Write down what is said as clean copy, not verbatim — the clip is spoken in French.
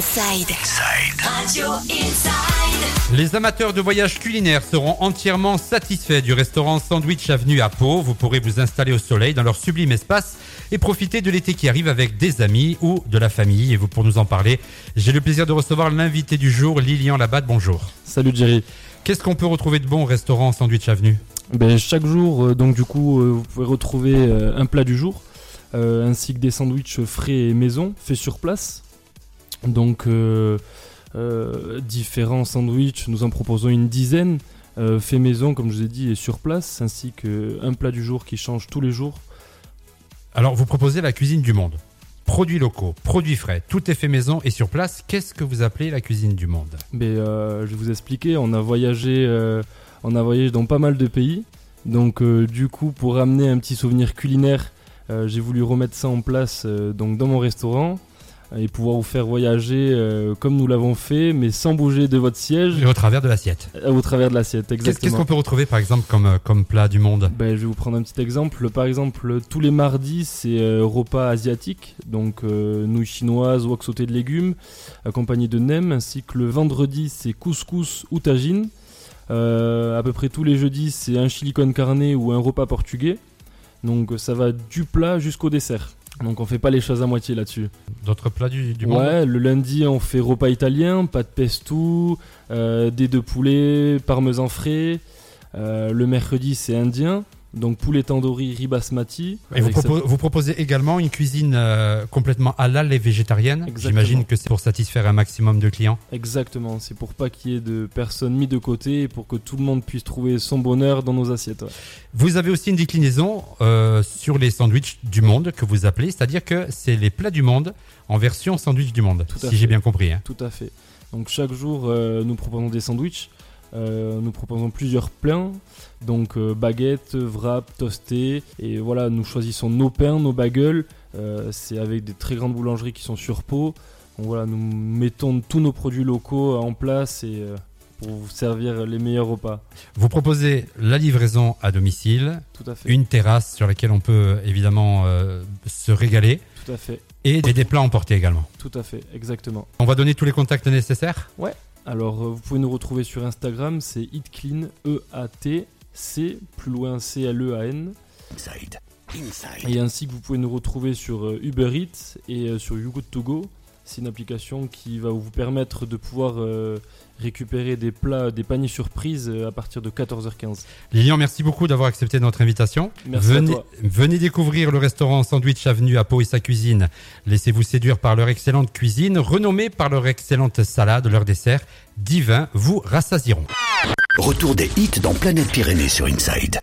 Inside. Radio Inside. Les amateurs de voyages culinaires seront entièrement satisfaits du restaurant Sandwich Avenue à Pau. Vous pourrez vous installer au soleil dans leur sublime espace et profiter de l'été qui arrive avec des amis ou de la famille. Et vous, pour nous en parler, j'ai le plaisir de recevoir l'invité du jour, Lilian Labatte. Bonjour. Salut Jerry. Qu'est-ce qu'on peut retrouver de bon au restaurant Sandwich Avenue ? Chaque jour, vous pouvez retrouver un plat du jour, ainsi que des sandwichs frais et maison, faits sur place. Donc, différents sandwichs, nous en proposons une dizaine, faits maison, comme je vous ai dit, et sur place, ainsi qu'un plat du jour qui change tous les jours. Alors, vous proposez la cuisine du monde. Produits locaux, produits frais, tout est fait maison et sur place. Qu'est-ce que vous appelez la cuisine du monde ? Je vais vous expliquer, on a voyagé dans pas mal de pays. Donc du coup, pour ramener un petit souvenir culinaire, j'ai voulu remettre ça en place dans mon restaurant et pouvoir vous faire voyager comme nous l'avons fait, mais sans bouger de votre siège. Et au travers de l'assiette. Au travers de l'assiette, exactement. Qu'est-ce qu'on peut retrouver par exemple comme plat du monde ? Je vais vous prendre un petit exemple. Par exemple, tous les mardis, c'est repas asiatique, donc nouilles chinoises, wok sauté de légumes, accompagné de nem, ainsi que le vendredi, c'est couscous ou tagine. À peu près tous les jeudis, c'est un chili con carne ou un repas portugais. Donc ça va du plat jusqu'au dessert. Donc on fait pas les choses à moitié là-dessus. D'autres plats du monde ? Ouais, le lundi on fait repas italien, pâte pesto, dés de poulet, parmesan frais. Le mercredi c'est indien, donc poulet tandoori, riz basmati. Et vous proposez également une cuisine complètement halal et végétarienne. Exactement. J'imagine que c'est pour satisfaire un maximum de clients. Exactement, c'est pour pas qu'il y ait de personnes mises de côté et pour que tout le monde puisse trouver son bonheur dans nos assiettes. Ouais. Vous avez aussi une déclinaison sur les sandwichs du monde que vous appelez, c'est-à-dire que c'est les plats du monde en version sandwich du monde, si j'ai bien compris. Hein. Tout à fait. Donc chaque jour, nous proposons des sandwichs. Nous proposons plusieurs plats, donc baguettes, wraps, toastés, et voilà, nous choisissons nos pains, nos bagels, c'est avec des très grandes boulangeries qui sont sur Pau. Donc voilà, nous mettons tous nos produits locaux en place et pour vous servir les meilleurs repas. Vous proposez la livraison à domicile, tout à fait. Une terrasse sur laquelle on peut évidemment se régaler. Tout à fait. Et des plats emportés également. Tout à fait, exactement. On va donner tous les contacts nécessaires ? Ouais. Alors, vous pouvez nous retrouver sur Instagram, c'est EatClean, E-A-T-C, plus loin C-L-E-A-N. Inside. Et ainsi que vous pouvez nous retrouver sur Uber Eats et sur You Good To Go. C'est une application qui va vous permettre de pouvoir récupérer des plats, des paniers surprises à partir de 14h15. Lilian, merci beaucoup d'avoir accepté notre invitation. Merci à toi. Venez découvrir le restaurant Sandwich Avenue à Pau et sa cuisine. Laissez-vous séduire par leur excellente cuisine, renommée par leur excellente salade, leur dessert divin vous rassasieront. Retour des hits dans Planète Pyrénées sur Inside.